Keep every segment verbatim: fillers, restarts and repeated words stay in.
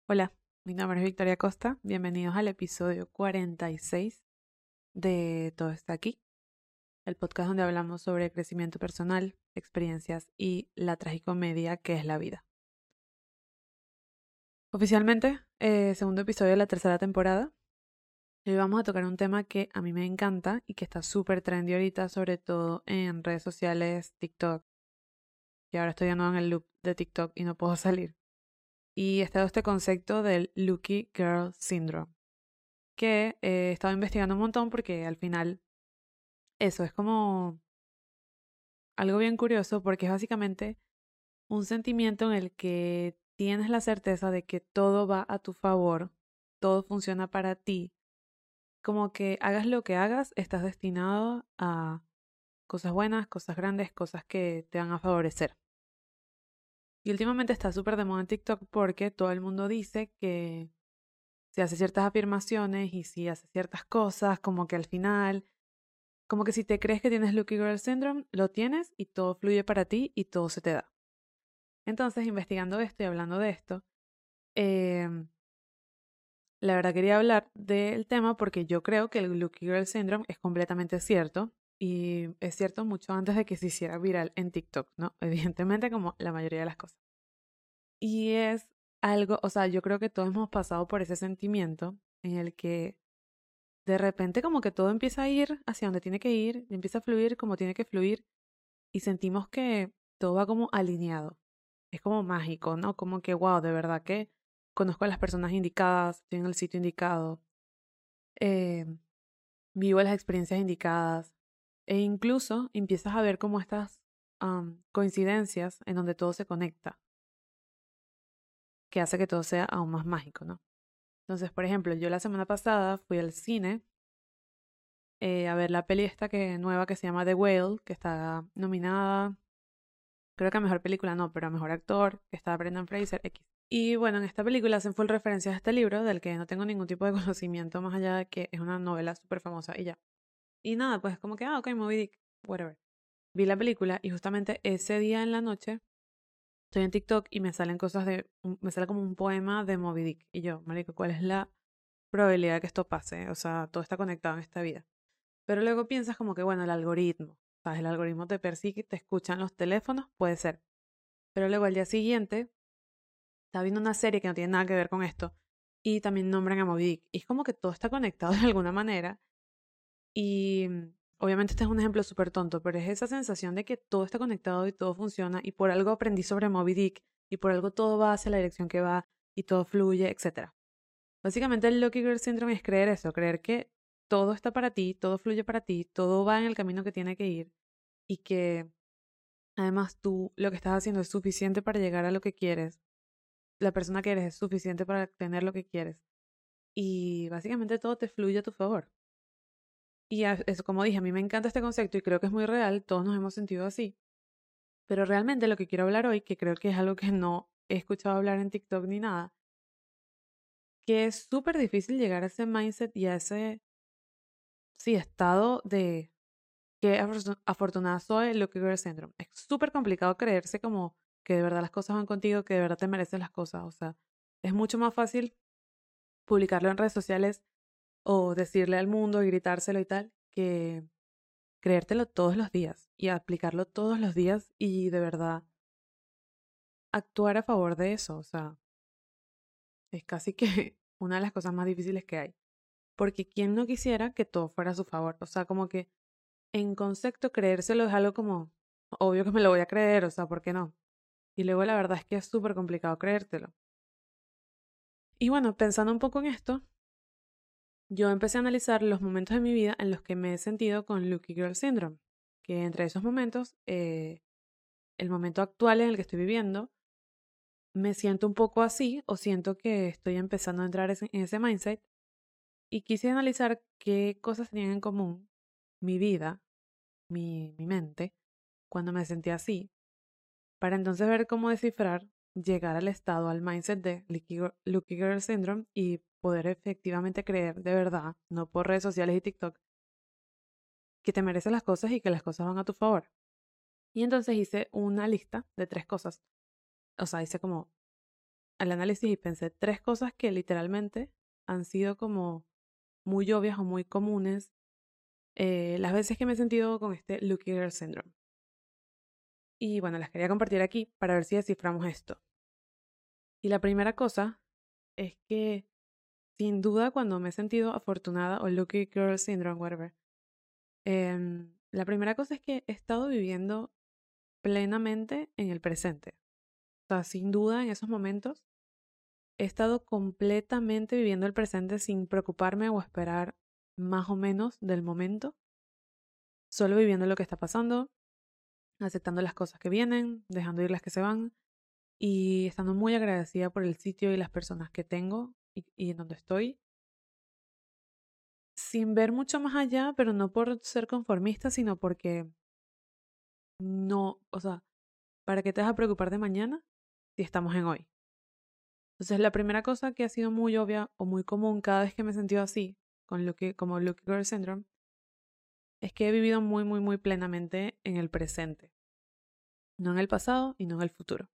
Hola, mi nombre es Victoria Costa. Bienvenidos al episodio cuarenta y seis de Todo está aquí, el podcast donde hablamos sobre crecimiento personal, experiencias y la tragicomedia que es la vida. Oficialmente, eh, segundo episodio de la tercera temporada. Hoy vamos a tocar un tema que a mí me encanta y que está súper trendy ahorita, sobre todo en redes sociales, TikTok. Y ahora estoy de nuevo en el loop de TikTok y no puedo salir. Y está este concepto del Lucky Girl Syndrome, que eh, he estado investigando un montón porque al final eso es como algo bien curioso porque es básicamente un sentimiento en el que tienes la certeza de que todo va a tu favor, todo funciona para ti, como que hagas lo que hagas, estás destinado a cosas buenas, cosas grandes, cosas que te van a favorecer. Y últimamente está súper de moda en TikTok porque todo el mundo dice que si hace ciertas afirmaciones y si hace ciertas cosas, como que al final como que si te crees que tienes Lucky Girl Syndrome, lo tienes y todo fluye para ti y todo se te da. Entonces, investigando esto y hablando de esto, eh, la verdad quería hablar del tema porque yo creo que el Lucky Girl Syndrome es completamente cierto y es cierto mucho antes de que se hiciera viral en TikTok, ¿no? Evidentemente como la mayoría de las cosas. Y es algo, o sea, yo creo que todos hemos pasado por ese sentimiento en el que de repente como que todo empieza a ir hacia donde tiene que ir, y empieza a fluir como tiene que fluir y sentimos que todo va como alineado. Es como mágico, ¿no? Como que, wow, de verdad que conozco a las personas indicadas, estoy en el sitio indicado, eh, vivo las experiencias indicadas e incluso empiezas a ver como estas um, coincidencias en donde todo se conecta, que hace que todo sea aún más mágico, ¿no? Entonces, por ejemplo, yo la semana pasada fui al cine eh, a ver la peli esta que, nueva que se llama The Whale, que está nominada. Creo que a mejor película no, pero a mejor actor, que está Brendan Fraser, X. Y bueno, en esta película hacen full referencias a este libro, del que no tengo ningún tipo de conocimiento más allá de que es una novela súper famosa y ya. Y nada, pues como que, ah, ok, Moby Dick, whatever. Vi la película y justamente ese día en la noche estoy en TikTok y me salen cosas de, me sale como un poema de Moby Dick. Y yo, marico, ¿cuál es la probabilidad de que esto pase? O sea, todo está conectado en esta vida. Pero luego piensas como que, bueno, el algoritmo, ¿sabes? El algoritmo te persigue, te escuchan los teléfonos, puede ser. Pero luego al día siguiente estaba viendo una serie que no tiene nada que ver con esto y también nombran a Moby Dick. Y es como que todo está conectado de alguna manera. Y mm, obviamente este es un ejemplo súper tonto, pero es esa sensación de que todo está conectado y todo funciona y por algo aprendí sobre Moby Dick y por algo todo va hacia la dirección que va y todo fluye, etcétera. Básicamente el Lucky Girl Syndrome es creer eso, creer que todo está para ti, todo fluye para ti, todo va en el camino que tiene que ir y que además tú lo que estás haciendo es suficiente para llegar a lo que quieres. La persona que eres es suficiente para tener lo que quieres. Y básicamente todo te fluye a tu favor. Y a- eso, como dije, a mí me encanta este concepto y creo que es muy real, todos nos hemos sentido así. Pero realmente lo que quiero hablar hoy, que creo que es algo que no he escuchado hablar en TikTok ni nada, que es súper difícil llegar a ese mindset y a ese, sí, estado de que afortun- afortunada soy, Lucky Girl Syndrome. Es súper complicado creerse como que de verdad las cosas van contigo, que de verdad te mereces las cosas. O sea, es mucho más fácil publicarlo en redes sociales o decirle al mundo y gritárselo y tal, que creértelo todos los días y aplicarlo todos los días y de verdad actuar a favor de eso. O sea, es casi que una de las cosas más difíciles que hay. Porque quién no quisiera que todo fuera a su favor. O sea, como que en concepto creérselo es algo como, obvio que me lo voy a creer, o sea, ¿por qué no? Y luego la verdad es que es súper complicado creértelo. Y bueno, pensando un poco en esto, yo empecé a analizar los momentos de mi vida en los que me he sentido con Lucky Girl Syndrome, que entre esos momentos, eh, el momento actual en el que estoy viviendo, me siento un poco así o siento que estoy empezando a entrar ese- en ese mindset y quise analizar qué cosas tenían en común mi vida, mi, mi mente, cuando me sentía así, para entonces ver cómo descifrar, llegar al estado, al mindset de Lucky Girl Lucky Girl Syndrome y poder efectivamente creer de verdad, no por redes sociales y TikTok, que te mereces las cosas y que las cosas van a tu favor. Y entonces hice una lista de tres cosas. O sea, hice como al análisis y pensé tres cosas que literalmente han sido como muy obvias o muy comunes eh, las veces que me he sentido con este Lucky Girl Syndrome. Y bueno, las quería compartir aquí para ver si desciframos esto. Y la primera cosa es que, sin duda, cuando me he sentido afortunada o Lucky Girl Syndrome, whatever, em, la primera cosa es que he estado viviendo plenamente en el presente. O sea, sin duda, en esos momentos he estado completamente viviendo el presente sin preocuparme o esperar más o menos del momento, solo viviendo lo que está pasando, aceptando las cosas que vienen, dejando ir las que se van y estando muy agradecida por el sitio y las personas que tengo y, y en donde estoy, sin ver mucho más allá, pero no por ser conformista, sino porque no, o sea, ¿para qué te vas a preocupar de mañana si estamos en hoy? Entonces, la primera cosa que ha sido muy obvia o muy común cada vez que me he sentido así, con lo que, como Lucky Girl Syndrome, es que he vivido muy, muy, muy plenamente en el presente, no en el pasado y no en el futuro.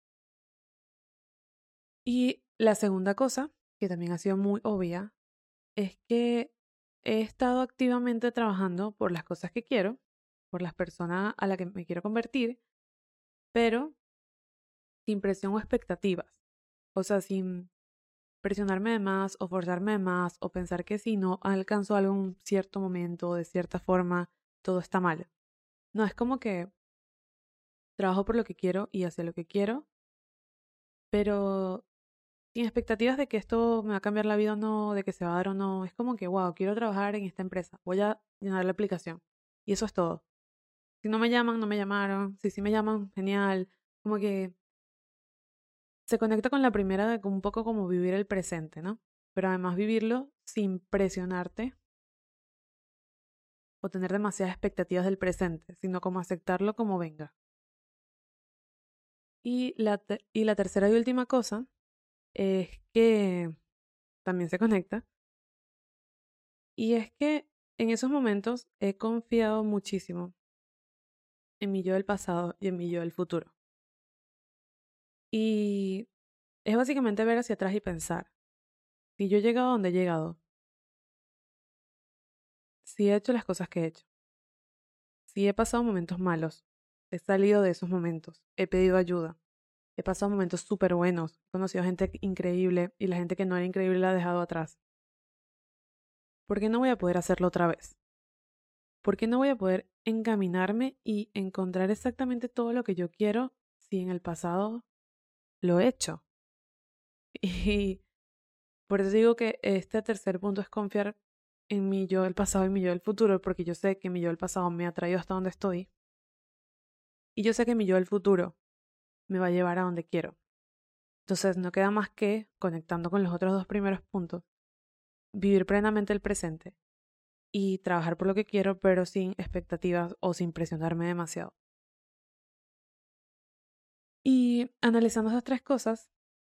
Y la segunda cosa, que también ha sido muy obvia, es que he estado activamente trabajando por las cosas que quiero, por las personas a las que me quiero convertir, pero sin presión o expectativas. O sea, sin presionarme de más o forzarme de más o pensar que si no alcanzo algo en un cierto momento o de cierta forma, todo está mal. No, es como que trabajo por lo que quiero y hacia lo que quiero, pero sin expectativas de que esto me va a cambiar la vida o no, de que se va a dar o no. Es como que, wow, quiero trabajar en esta empresa, voy a llenar la aplicación. Y eso es todo. Si no me llaman, no me llamaron. Si sí me llaman, genial. Como que se conecta con la primera de un poco como vivir el presente, ¿no? Pero además vivirlo sin presionarte o tener demasiadas expectativas del presente, sino como aceptarlo como venga. Y la, te- y la tercera y última cosa es que también se conecta, y es que en esos momentos he confiado muchísimo en mi yo del pasado y en mi yo del futuro. Y es básicamente ver hacia atrás y pensar, si yo he llegado a donde he llegado, si he hecho las cosas que he hecho, si he pasado momentos malos, he salido de esos momentos, he pedido ayuda, he pasado momentos súper buenos, he conocido gente increíble y la gente que no era increíble la he dejado atrás. ¿Por qué no voy a poder hacerlo otra vez? ¿Por qué no voy a poder encaminarme y encontrar exactamente todo lo que yo quiero si en el pasado lo he hecho? Y por eso digo que este tercer punto es confiar en mi yo del pasado y mi yo del futuro, porque yo sé que mi yo del pasado me ha traído hasta donde estoy y yo sé que mi yo del futuro me va a llevar a donde quiero. Entonces no queda más que, conectando con los otros dos primeros puntos, vivir plenamente el presente y trabajar por lo que quiero, pero sin expectativas o sin presionarme demasiado. Y analizando esas tres cosas,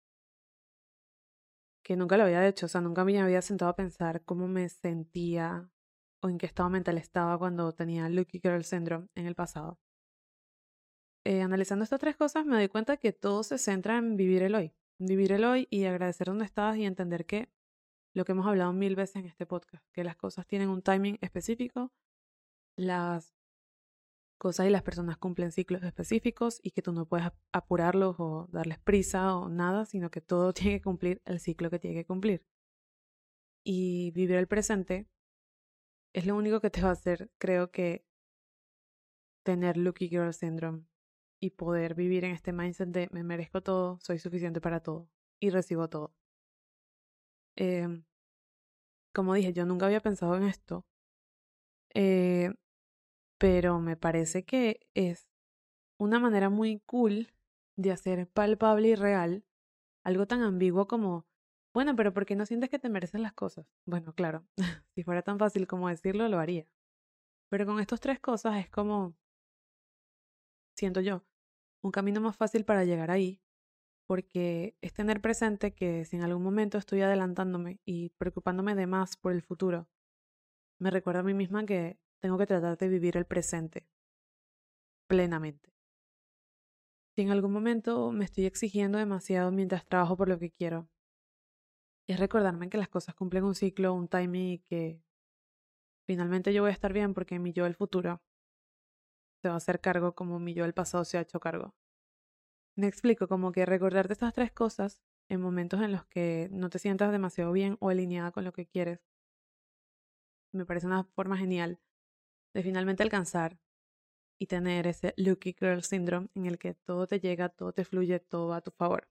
que nunca lo había hecho, o sea, nunca me había sentado a pensar cómo me sentía o en qué estado mental estaba cuando tenía Lucky Girl Syndrome en el pasado. Eh, analizando estas tres cosas me doy cuenta que todo se centra en vivir el hoy, vivir el hoy y agradecer dónde estás y entender que lo que hemos hablado mil veces en este podcast, que las cosas tienen un timing específico, las cosas y las personas cumplen ciclos específicos y que tú no puedes apurarlos o darles prisa o nada, sino que todo tiene que cumplir el ciclo que tiene que cumplir. Y vivir el presente es lo único que te va a hacer, creo que, tener Lucky Girl Syndrome y poder vivir en este mindset de me merezco todo, soy suficiente para todo y recibo todo. Eh, como dije, yo nunca había pensado en esto, eh, pero me parece que es una manera muy cool de hacer palpable y real algo tan ambiguo como, bueno, pero ¿por qué no sientes que te mereces las cosas? Bueno, claro, si fuera tan fácil como decirlo, lo haría. Pero con estas tres cosas es como, siento yo, un camino más fácil para llegar ahí, porque es tener presente que si en algún momento estoy adelantándome y preocupándome de más por el futuro, me recuerda a mí misma que tengo que tratar de vivir el presente plenamente. si en algún momento me estoy exigiendo demasiado mientras trabajo por lo que quiero, es recordarme que las cosas cumplen un ciclo, un timing y que finalmente yo voy a estar bien porque mi yo del futuro se va a hacer cargo como mi yo del pasado se ha hecho cargo. Me explico, como que recordarte estas tres cosas en momentos en los que no te sientas demasiado bien o alineada con lo que quieres, me parece una forma genial de finalmente alcanzar y tener ese Lucky Girl Syndrome en el que todo te llega, todo te fluye, todo va a tu favor.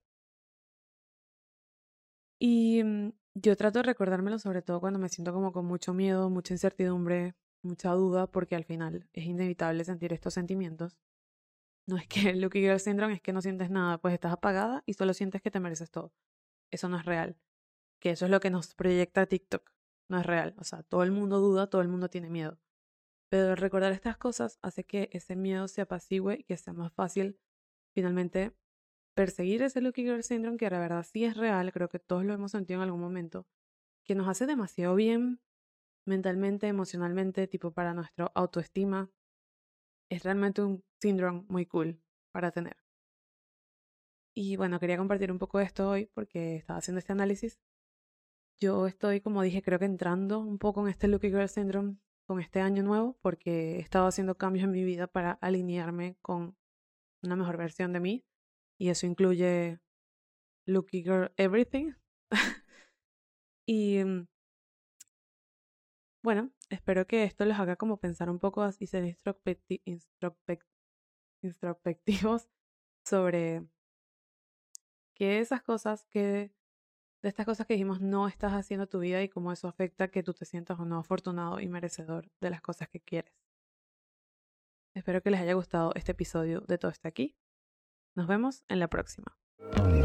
Y mm, yo trato de recordármelo sobre todo cuando me siento como con mucho miedo, mucha incertidumbre, mucha duda, porque al final es inevitable sentir estos sentimientos. No es que el Lucky Girl Syndrome es que no sientes nada, pues estás apagada y solo sientes que te mereces todo. Eso no es real. Que eso es lo que nos proyecta TikTok. No es real. O sea, todo el mundo duda, todo el mundo tiene miedo. Pero el recordar estas cosas hace que ese miedo se apacigüe y que sea más fácil finalmente perseguir ese Lucky Girl Syndrome, que la verdad sí es real, creo que todos lo hemos sentido en algún momento, que nos hace demasiado bien mentalmente, emocionalmente, tipo para nuestra autoestima. Es realmente un síndrome muy cool para tener. Y bueno, quería compartir un poco de esto hoy porque estaba haciendo este análisis. Yo estoy, como dije, creo que entrando un poco en este Lucky Girl Syndrome con este año nuevo porque he estado haciendo cambios en mi vida para alinearme con una mejor versión de mí. Y eso incluye Lucky Girl Everything. y mm, bueno, espero que esto los haga como pensar un poco y ser introspecti introspect introspectivos sobre qué esas cosas que de estas cosas que dijimos no estás haciendo tu vida y cómo eso afecta que tú te sientas o no afortunado y merecedor de las cosas que quieres. Espero que les haya gustado este episodio de Todo está aquí. Nos vemos en la próxima.